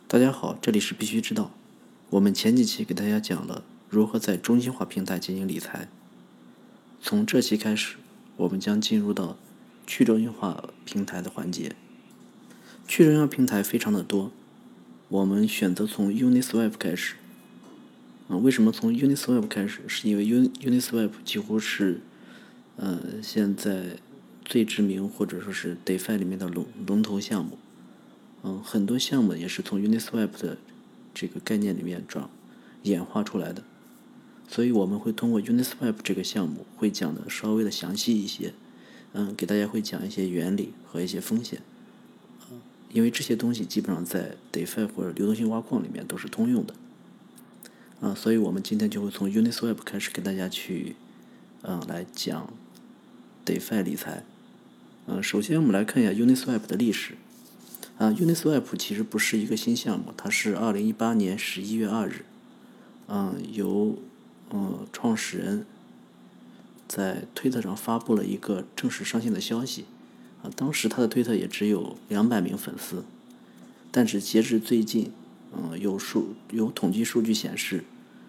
大家好，这里是必须知道。我们前几期给大家讲了如何在中心化平台进行理财，从这期开始，我们将进入到去中心化平台的环节。去中心化平台非常的多，我们选择从 Uniswap 开始。为什么从 Uniswap 开始？是因为 Uniswap 几乎是现在最知名或者说是 DeFi 里面的龙头项目。很多项目也是从 Uniswap 的这个概念里面演化出来的，所以我们会通过 Uniswap 这个项目会讲的稍微的详细一些，给大家会讲一些原理和一些风险，因为这些东西基本上在 DeFi 或者流动性挖矿里面都是通用的，所以我们今天就会从 Uniswap 开始给大家去来讲 DeFi 理财。首先我们来看一下 Uniswap 的历史。Uniswap 其实不是一个新项目，它是2018年11月2日，由创始人在推特上发布了一个正式上线的消息。当时他的推特也只有200名粉丝，但是截至最近，有统计数据显示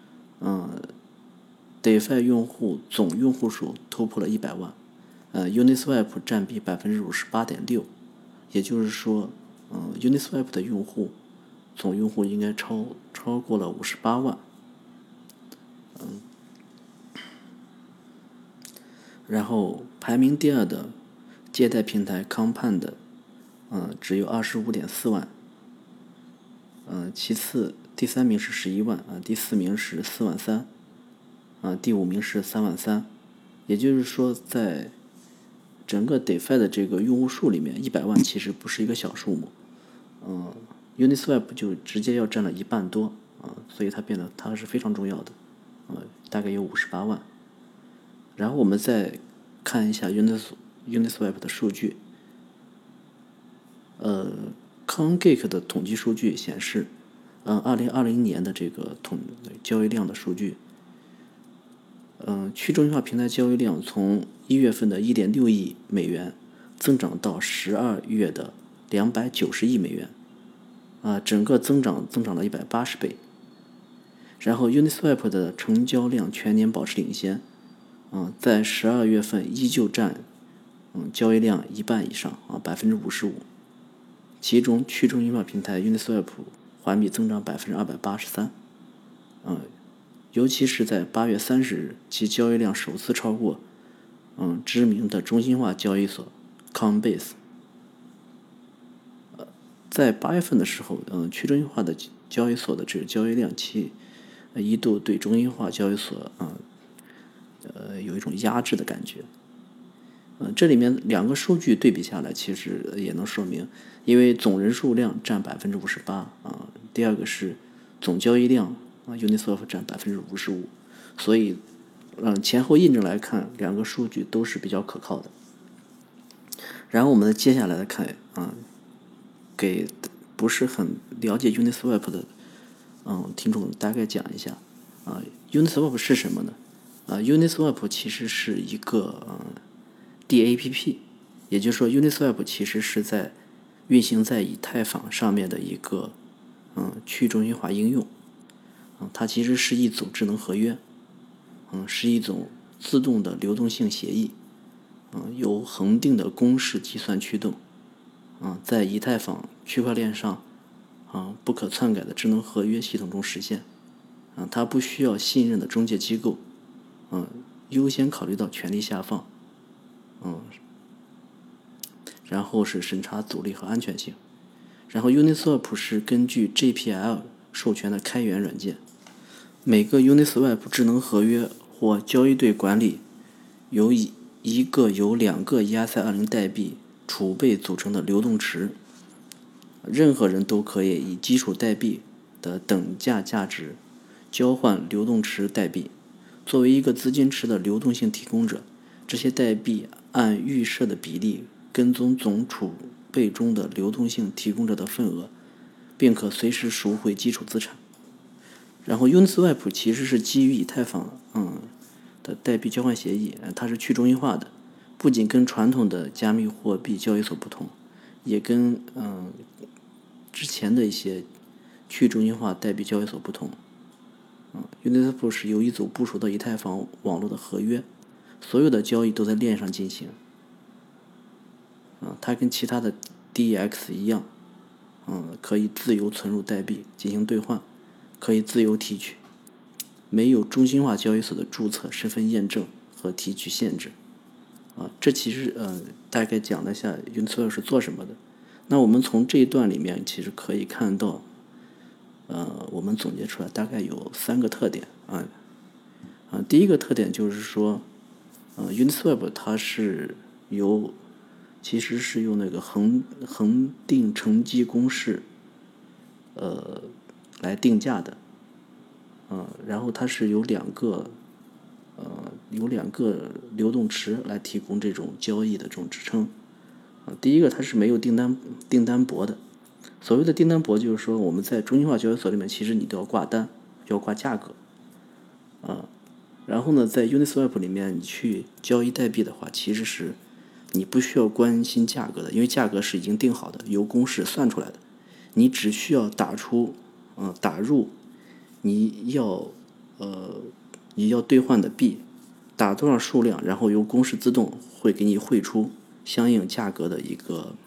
，DeFi 用户总用户数突破了100万，Uniswap 占比58.6%，也就是说Uniswap 的总用户应该超过了58万。然后排名第二的借贷平台 Compound，只有25.4万。其次第3名是11万，第4名是4万3，第5名是3万3。也就是说，在整个 DeFi 的这个用户数里面，100万其实不是一个小数目。Uniswap 就直接要占了1半多，所以它是非常重要的，大概有58万。然后我们再看一下 Uniswap 的数据。CoinGeek 的统计数据显示，2020年的这个交易量的数据，去中心化平台交易量从1月份的1.6亿美元增长到12月的290亿美元，整个增长了180倍。然后 Uniswap 的成交量全年保持领先，在12月份依旧占交易量1半以上55%，其中去中心化平台 Uniswap 环比增长283%，尤其是在8月30日，其交易量首次超过知名的中心化交易所 Coinbase。在8月份的时候，去中心化的交易所的这个交易量一度对中心化交易所有一种压制的感觉。这里面2个数据对比下来，其实也能说明，因为总人数量占58%，第二个是总交易量Uniswap 占55%，所以前后印证来看，2个数据都是比较可靠的。然后我们接下来看给不是很了解 Uniswap 的听众大概讲一下Uniswap 是什么呢？Uniswap 其实是一个DApp， 也就是说 Uniswap 其实是运行在以太坊上面的一个去中心化应用，它其实是一组智能合约，是一种自动的流动性协议，由恒定的公式计算驱动，在以太坊区块链上不可篡改的智能合约系统中实现，它不需要信任的中介机构，优先考虑到权利下放，然后是审查阻力和安全性。然后 Uniswap 是根据 GPL 授权的开源软件，每个 Uniswap 智能合约或交易对管理由2个 ERC-20代币储备组成的流动池，任何人都可以以基础代币的等价价值交换流动池代币。作为一个资金池的流动性提供者，这些代币按预设的比例跟踪总储备中的流动性提供者的份额，并可随时赎回基础资产。然后 Uniswap 其实是基于以太坊的代币交换协议，它是去中心化的，不仅跟传统的加密货币交易所不同，也跟之前的一些去中心化代币交易所不同，Uniswap 是由一组部署到以太坊网络的合约，所有的交易都在链上进行。它跟其他的 DEX 一样，可以自由存入代币进行兑换，可以自由提取，没有中心化交易所的注册、身份验证和提取限制。这其实大概讲了一下 Uniswap 是做什么的。那我们从这一段里面其实可以看到，我们总结出来大概有3个特点第一个特点就是说，Uniswap 它是其实是用那个恒定乘积公式来定价的，然后它是有两个流动池来提供这种交易的这种支撑。第一个，它是没有订单簿的。所谓的订单簿就是说，我们在中心化交易所里面，其实你都要挂单，要挂价格，然后呢，在 Uniswap 里面你去交易代币的话，其实是你不需要关心价格的，因为价格是已经定好的，由公式算出来的，你只需要打入你要兑换的币，打多少数量，然后由公式自动会给你汇出相应价格的一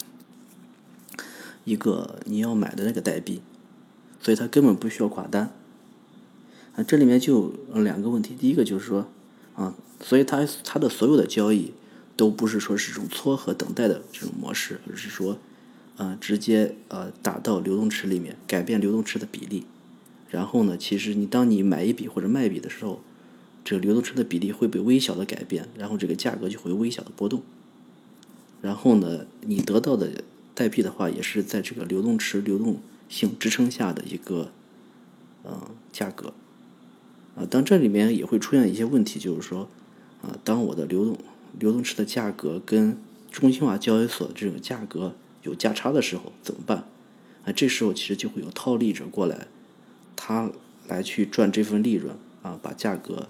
个你要买的那个代币，所以它根本不需要挂单。这里面就有2个问题，第一个就是说所以它的所有的交易都不是说是这种撮合等待的这种模式，而是说直接打到流动池里面，改变流动池的比例。然后呢，其实当你买一笔或者卖一笔的时候，这个流动池的比例会被微小的改变，然后这个价格就会微小的波动。然后呢，你得到的代币的话，也是在这个流动池流动性支撑下的一个价格。当这里面也会出现一些问题，就是说当我的流动池的价格跟中心化交易所这种价格有价差的时候怎么办？这时候其实就会有套利者过来，他来去赚这份利润把价格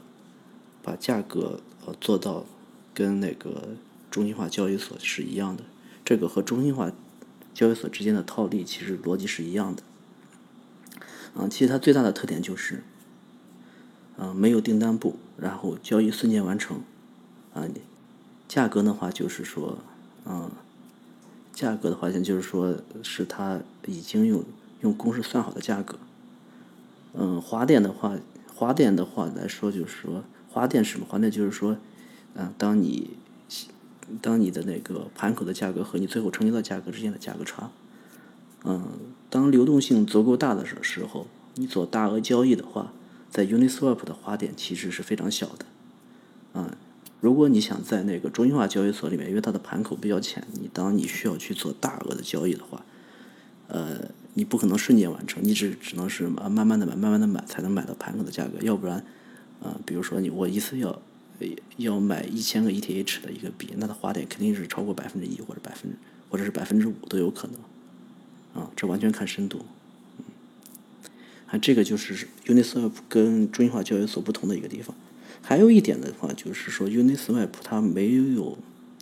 做到跟那个中心化交易所是一样的。这个和中心化交易所之间的套利其实逻辑是一样的。其实它最大的特点就是没有订单簿，然后交易瞬间完成。价格的话就是说是它已经用公式算好的价格。滑点的话来说就是说，滑点是什么？滑点就是说当你的那个盘口的价格和你最后成交的价格之间的价格差。当流动性足够大的时候，你做大额交易的话，在 Uniswap 的滑点其实是非常小的。如果你想在那个中心化交易所里面，因为它的盘口比较浅，当你需要去做大额的交易的话，你不可能瞬间完成，你只能是慢慢的买才能买到盘口的价格。要不然比如说我一次要买1000个 ETH 的一个币，那它滑点肯定是超过1%或者是5%都有可能这完全看深度。这个就是 Uniswap 跟中心化交易所不同的一个地方。还有一点的话就是说 Uniswap 它没有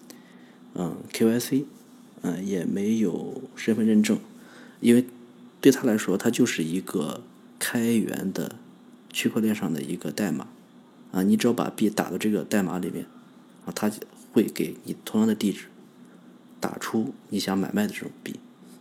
KYC，也没有身份认证，因为对它来说它就是一个开源的区块链上的一个代码你只要把币打到这个代码里面它会给你同样的地址打出你想买卖的这种币。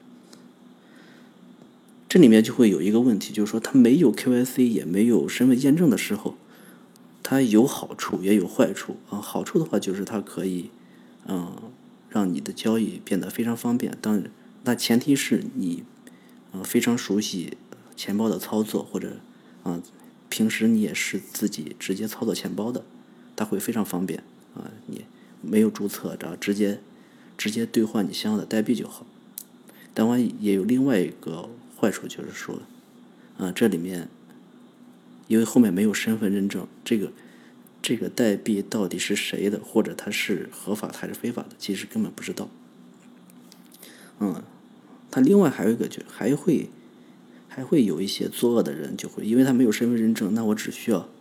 这里面就会有一个问题，就是说它没有 KYC 也没有身份验证的时候，它有好处也有坏处好处的话就是它可以让你的交易变得非常方便，当然那前提是你非常熟悉钱包的操作，或者平时你也是自己直接操作钱包的，它会非常方便你没有注册直接兑换你想要的代币就好。当然也有另外一个坏处，就是说这里面因为后面没有身份认证，这个代币到底是谁的，或者它是合法还是非法的，其实根本不知道。它另外还有一个还会有一些作恶的人，就会因为他没有身份认证，那我只需要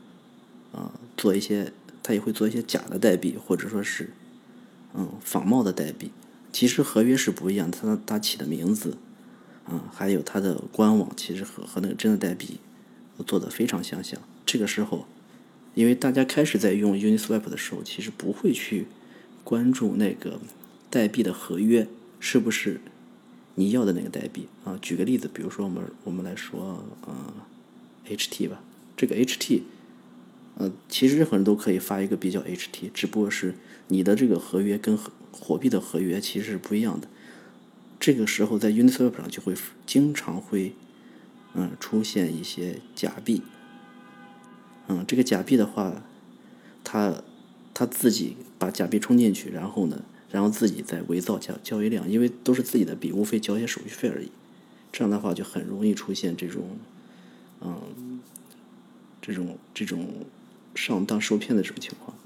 他也会做一些假的代币，或者说是仿冒的代币。其实合约是不一样，它起的名字还有它的官网其实和那个真的代币做得非常相像。这个时候，因为大家开始在用 Uniswap 的时候，其实不会去关注那个代币的合约是不是你要的那个代币啊。举个例子，比如说我们来说HT 吧，这个 HT其实任何人都可以发一个比较 HT， 只不过是你的这个合约跟火币的合约其实是不一样的。这个时候在 Uniswap 上就会经常会出现一些假币。这个假币的话，他自己把假币充进去，然后自己再伪造交易量，因为都是自己的币，无非交一些手续费而已。这样的话就很容易出现这种上当受骗的这种情况。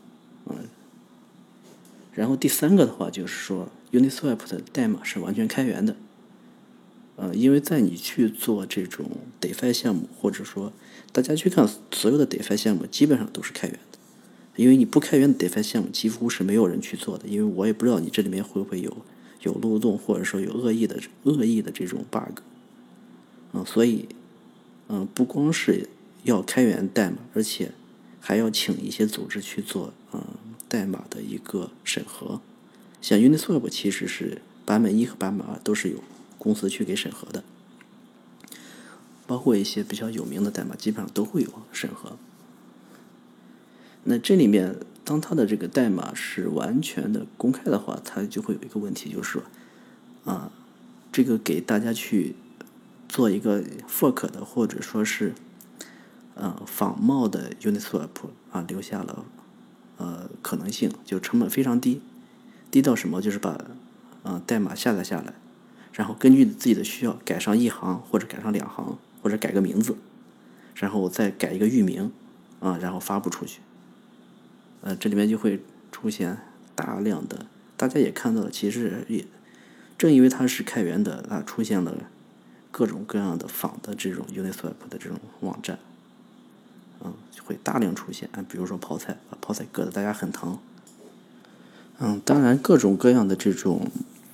然后第三个的话就是说 Uniswap 的代码是完全开源的。因为在你去做这种 DeFi 项目，或者说大家去看所有的 DeFi 项目基本上都是开源的。因为你不开源的 DeFi 项目几乎是没有人去做的，因为我也不知道你这里面会不会有漏洞，或者说有恶意的这种 bug。所以不光是要开源代码，而且还要请一些组织去做代码的一个审核。像 Uniswap 其实是版本1和版本2都是有公司去给审核的，包括一些比较有名的代码基本上都会有审核。那这里面当它的这个代码是完全的公开的话，它就会有一个问题，就是说这个给大家去做一个 fork 的，或者说是仿冒的 Uniswap 留下了可能性，就成本非常低，低到什么，就是把代码下载下来，然后根据自己的需要改上1行或者改上2行，或者改个名字，然后再改一个域名然后发布出去。这里面就会出现大量的，大家也看到了，其实也正因为它是开源的出现了各种各样的仿的这种 Uniswap 的这种网站，会大量出现。比如说泡菜，把泡菜割得大家很疼。当然各种各样的这种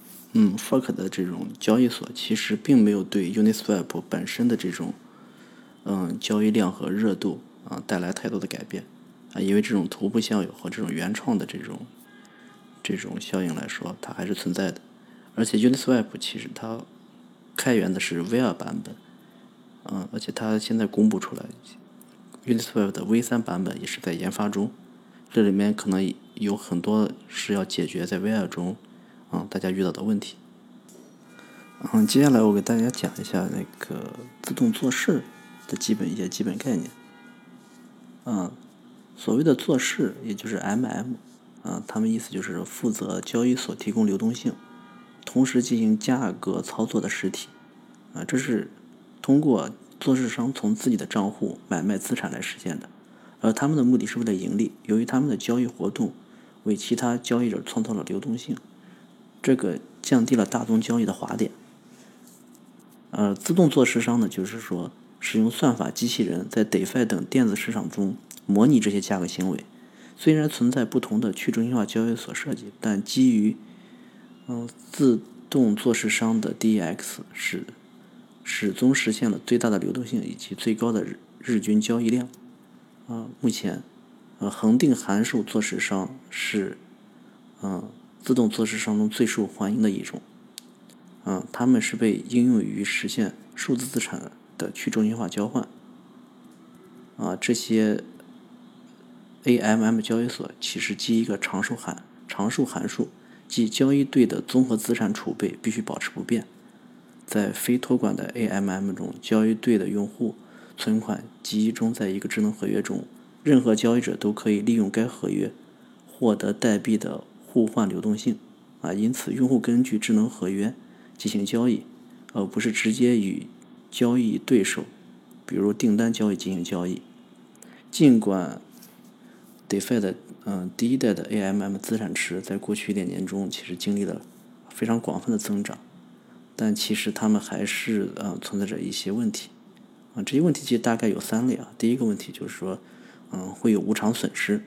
fork 的这种交易所其实并没有对 Uniswap 本身的这种交易量和热度带来太多的改变因为这种头部效应和这种原创的这种效应来说，它还是存在的。而且 Uniswap 其实它开源的是 V2 版本而且它现在公布出来 Uniswap 的 V3 版本也是在研发中，这里面可能有很多是要解决在 V2 中大家遇到的问题。接下来我给大家讲一下那个自动做事的一些基本概念。所谓的做事也就是 MM 他们意思就是负责交易所提供流动性，同时进行价格操作的实体这是通过做市商从自己的账户买卖资产来实现的，而他们的目的是为了盈利。由于他们的交易活动为其他交易者创造了流动性，这个降低了大宗交易的滑点。自动做市商呢，就是说使用算法机器人在 DeFi 等电子市场中模拟这些价格行为。虽然存在不同的去中心化交易所设计，但基于自动做市商的 DEX 始终实现了最大的流动性以及最高的日均交易量。目前恒定函数做市商是自动做市商中最受欢迎的一种。它们是被应用于实现数字资产的去中心化交换。这些 AMM 交易所其实基于一个常数函数，即交易对的综合资产储备必须保持不变。在非托管的 AMM 中，交易对的用户存款集中在一个智能合约中，任何交易者都可以利用该合约获得代币的互换流动性。因此用户根据智能合约进行交易，而不是直接与交易对手比如订单交易进行交易。尽管 DeFi 的第一代的 AMM 资产池在过去1年中其实经历了非常广泛的增长，但其实他们还是存在着一些问题。这些问题其实大概有3类第一个问题就是说会有无常损失。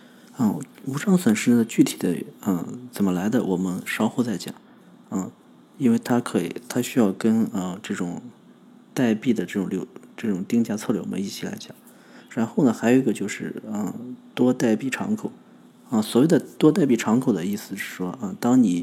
无常损失的具体的怎么来的我们稍后再讲。 因为它需要跟这种代币的这种定价策略我们一起来讲。然后呢，还有一个就是多代币敞口所谓的多代币敞口的意思是说当你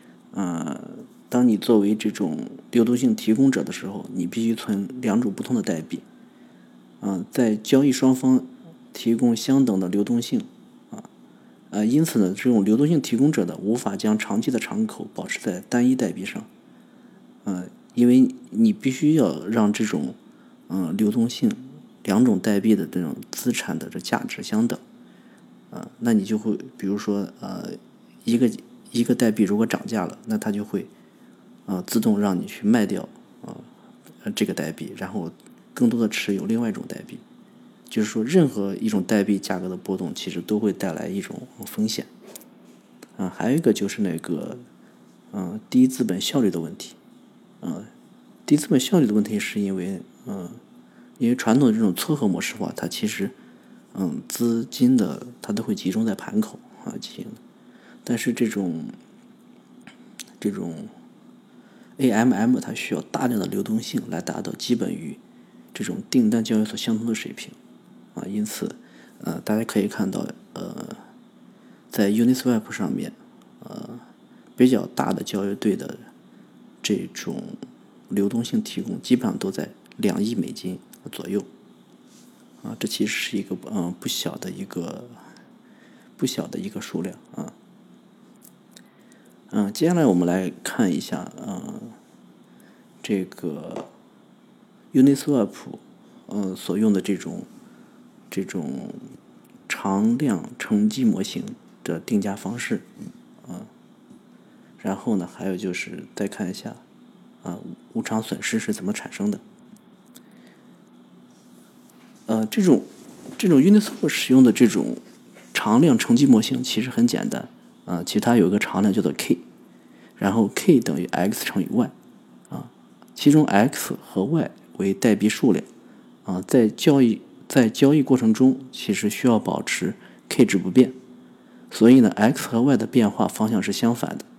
作为这种流动性提供者的时候，你必须存2种不同的代币在交易双方提供相等的流动性因此呢，这种流动性提供者无法将长期的敞口保持在单一代币上因为你必须要让这种流动性2种代币的这种资产的这价值相等那你就会比如说一个代币如果涨价了，那它就会自动让你去卖掉这个代币，然后更多的持有另外一种代币。就是说，任何一种代币价格的波动，其实都会带来一种风险还有一个就是那个低资本效率的问题低资本效率的问题是因为传统的这种撮合模式化，它其实资金它都会集中在盘口进行的，但是这种 AMM 它需要大量的流动性来达到基本与这种订单交易所相同的水平因此大家可以看到在 Uniswap 上面比较大的交易对的这种流动性提供基本上都在2亿美金左右这其实是一个不小的一个数量接下来我们来看一下这个 Uniswap 所用的这种常量乘积模型的定价方式然后呢，还有就是再看一下无常损失是怎么产生的。这种 Uniswap 使用的这种常量乘积模型其实很简单其实它有一个常量叫做 K， 然后 K 等于 X 乘以 Y其中 X 和 Y 为代币数量在交易过程中其实需要保持 K 值不变，所以呢 X 和 Y 的变化方向是相反的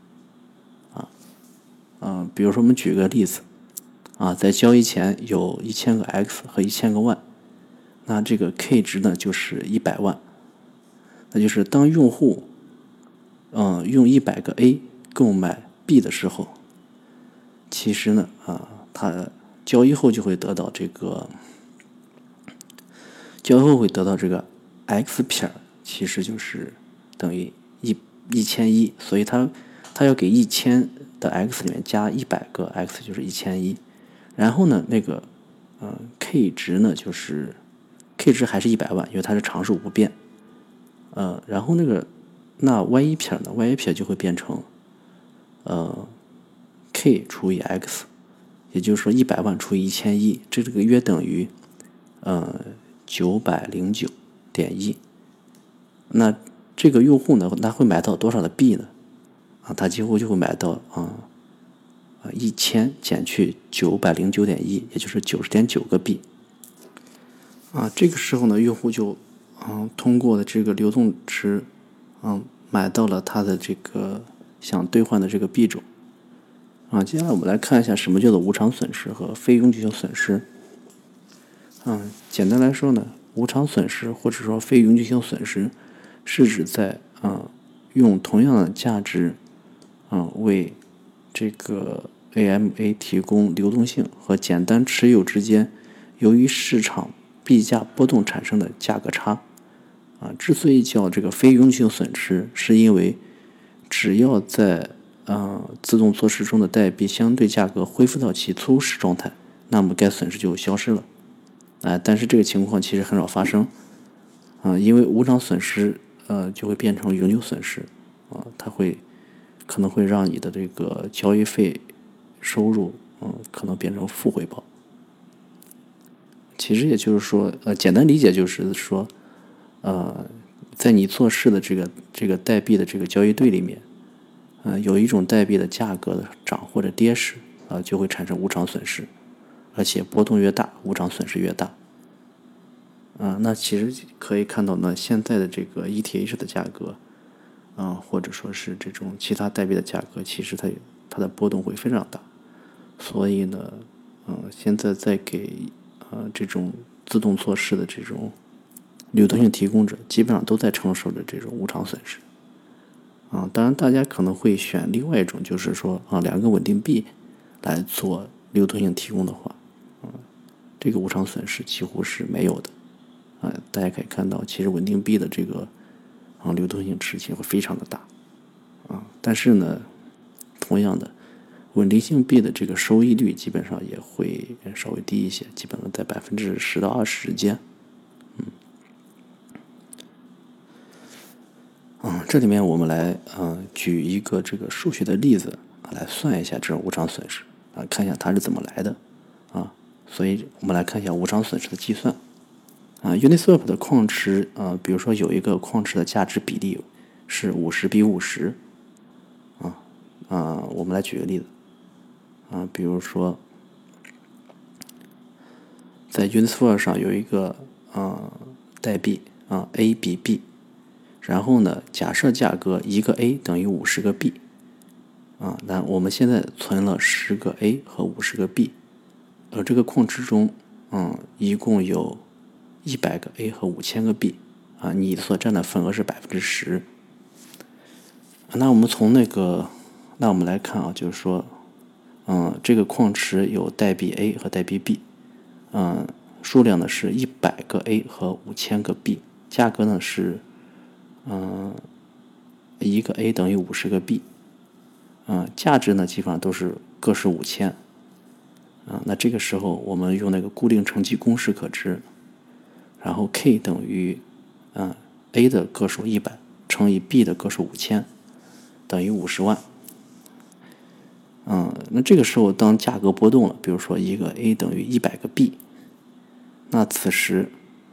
比如说我们举个例子在交易前有1000个 X 和1000个 Y， 那这个 K 值呢就是100万，那就是当用户用100个 A 购买 B 的时候，其实呢他交易后就会得到这个X 撇其实就是等于1100，所以他要给1000的 X 里面加100个 X 就是1100，然后呢那个K 值呢就是 K 值还是100万，因为它是常数不变然后那 Y 撇呢 Y 撇就会变成K 除以 X， 也就是说100万除以1100，这个约等于909.1。那这个用户呢，他会买到多少的币呢？他几乎就会买到1000减去909.1，也就是90.9个币这个时候呢，用户就通过的这个流动池买到了他的这个想兑换的这个币种接下来我们来看一下什么叫做无常损失和非永久性损失简单来说呢，无常损失或者说非永久性损失是指在用同样的价值为这个 AMA 提供流动性和简单持有之间由于市场币价波动产生的价格差之所以叫这个非永久性损失，是因为只要在自动做市中的代币相对价格恢复到其初始状态，那么该损失就消失了但是这个情况其实很少发生因为无常损失就会变成永久损失它可能会让你的这个交易费收入可能变成负回报。其实也就是说简单理解就是说在你做市的这个代币的这个交易对里面有一种代币的价格的涨或者跌时就会产生无常损失，而且波动越大无常损失越大那其实可以看到呢，现在的这个 ETH 的价格或者说是这种其他代币的价格，其实它它的波动会非常大。所以呢，现在在给这种自动做事的这种流动性提供者，基本上都在承受着这种无常损失。当然大家可能会选另外一种，就是说两个稳定币来做流动性提供的话，这个无常损失几乎是没有的。大家可以看到，其实稳定币的这个流动性吃紧会非常的大。但是呢，同样的，稳定性币的这个收益率基本上也会稍微低一些，基本上在10%到20%之间。这里面我们来举一个这个数学的例子来算一下这种无常损失看一下它是怎么来的所以我们来看一下无常损失的计算Uniswap 的矿池比如说有一个矿池的价值比例是50比50我们来举个例子比如说在 Uniswap 上有一个代币A 比 B， 然后呢假设价格1个 A 等于50个 B那我们现在存了10个 A 和50个 B， 而这个矿池中一共有100个 A 和5000个 B你所占的份额是10%。那我们从那我们来看就是说这个矿池有代币 A 和代币 B，数量呢是100个 A 和5000个 B， 价格呢是1个 A 等于50个 B， 价值呢基本上都是各是5000那这个时候我们用那个固定乘积公式可知，然后 K 等于A 的个数100乘以 B 的个数5000等于50万。那这个时候当价格波动了，比如说一个 A 等于100个 B， 那此时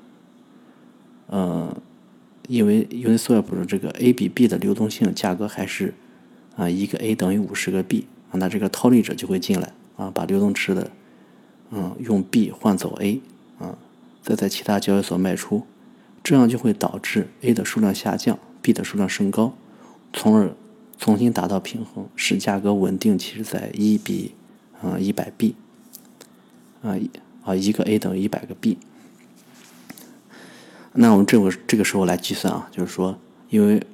因为 Uniswap 的这个 A 比 B 的流动性价格还是一个 A 等于50个 B， 那这个套利者就会进来把流动池的用 B 换走 A 再在其他交易所卖出，这样就会导致 A 的数量下降， B 的数量升高，从而重新达到平衡，使价格稳定其实在1比100 B一个 A 等于100个 B。 那我们这个时候来计算就是说因为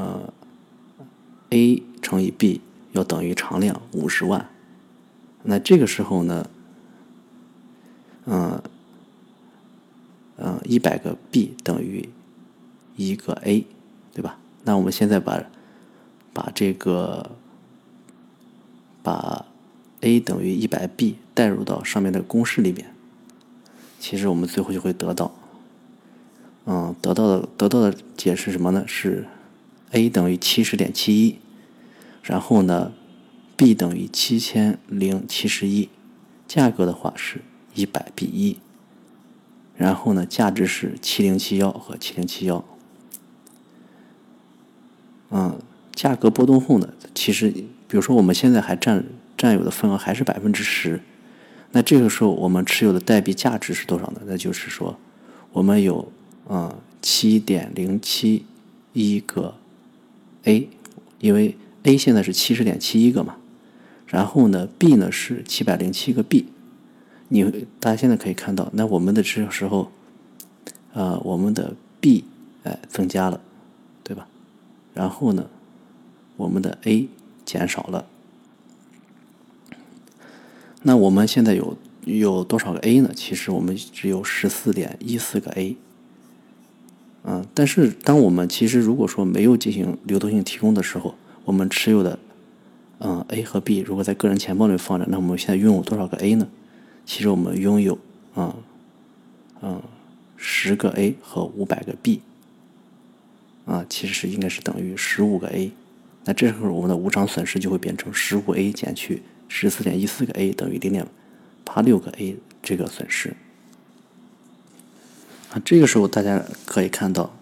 A 乘以 B 要等于常量50万，那这个时候呢100个 B 等于1个 A， 对吧？那我们现在把 A 等于100 B 代入到上面的公式里面，其实我们最后就会得到得到的解是什么呢？是 A 等于 70.71， 然后呢 B 等于7071，价格的话是100比1，然后呢价值是7071和7071。价格波动后呢，其实比如说我们现在还占有的份额还是10%，那这个时候我们持有的代币价值是多少呢？那就是说我们有7.071个 A， 因为 A 现在是70.71个嘛，然后呢 B 呢是707个 B， 大家现在可以看到，那我们的这个时候我们的 B 增加了，对吧？然后呢我们的 A 减少了，那我们现在有多少个 A 呢？其实我们只有14.14个 A。但是当我们其实如果说没有进行流动性提供的时候，我们持有的A 和 B 如果在个人钱包里放着，那我们现在拥有多少个 A 呢？其实我们拥有10个 A 和500个 B， 其实应该是等于15个 A。那这时候我们的无常损失就会变成15 A 减去14.14个 A 等于0.86个 A 这个损失。这个时候大家可以看到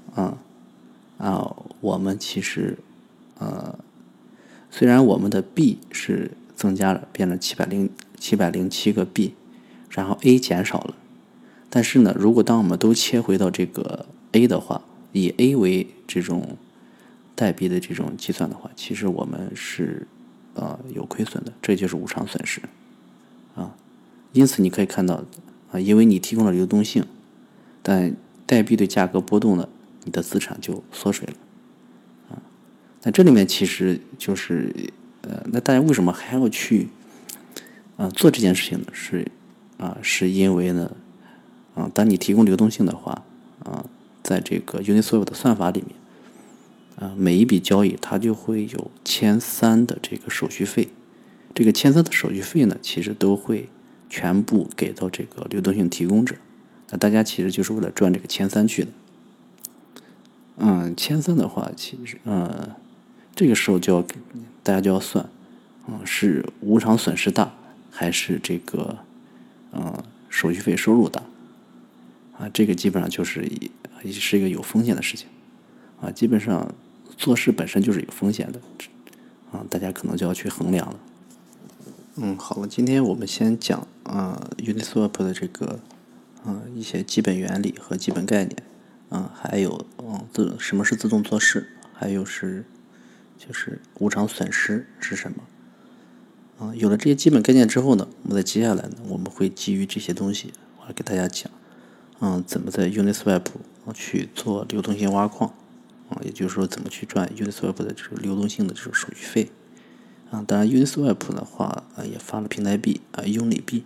我们其实虽然我们的 B 是增加了，变成707个 B， 然后 A 减少了，但是呢，如果当我们都切回到这个 A 的话，以 A 为这种代币的这种计算的话，其实我们是有亏损的，这就是无常损失啊。因此你可以看到因为你提供了流动性，但代币的价格波动了，你的资产就缩水了那这里面其实就是那大家为什么还要去做这件事情呢？是因为呢当你提供流动性的话在这个 Uniswap 的算法里面每一笔交易它就会有1300的这个手续费，这个1300的手续费呢，其实都会全部给到这个流动性提供者。那大家其实就是为了赚这个1300去的。1300的话，其实这个时候大家就要算是无常损失大，还是这个手续费收入大这个基本上是一个有风险的事情基本上做事本身就是有风险的大家可能就要去衡量了。好了，今天我们先讲Uniswap 的这个一些基本原理和基本概念还有什么是自动做事，还有就是无常损失是什么有了这些基本概念之后呢，我们在接下来呢，我们会基于这些东西，我来给大家讲怎么在 Uniswap 去做流动性挖矿也就是说怎么去赚 Uniswap 的这个流动性的这种手续费当然 Uniswap 的话也发了平台币Uni 币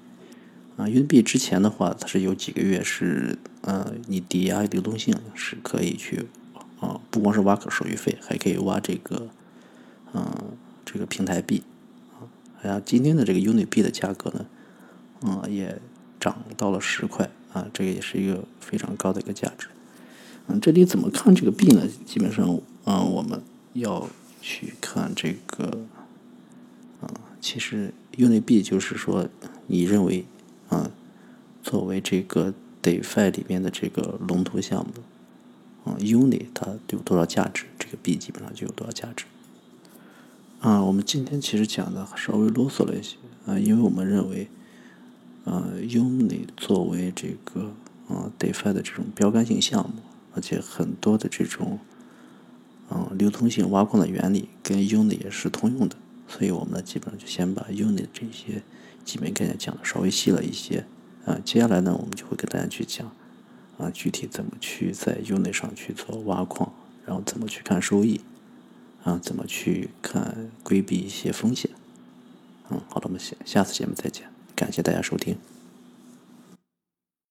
Uni 币之前的话，它是有几个月是你抵押流动性是可以去不光是挖手续费，还可以挖这个平台币然后今天的这个 Uni 币的价格呢也涨到了10块这个也是一个非常高的一个价值这里怎么看这个币呢？基本上我们要去看这个其实 Uni 币就是说你认为作为这个 DeFi 里面的这个龙头项目Uni 它有多少价值，这个币基本上就有多少价值我们今天其实讲的稍微啰嗦了一些因为我们认为Uni 作为这个DeFi 的这种标杆性项目，而且很多的这种流通性挖矿的原理跟 Uni 也是通用的，所以我们呢基本上就先把 Uni 的这些基本概念讲的稍微细了一些接下来呢我们就会跟大家去讲具体怎么去在 Uni 上去做挖矿，然后怎么去看收益怎么去规避一些风险好了，我们下次节目再见，感谢大家收听。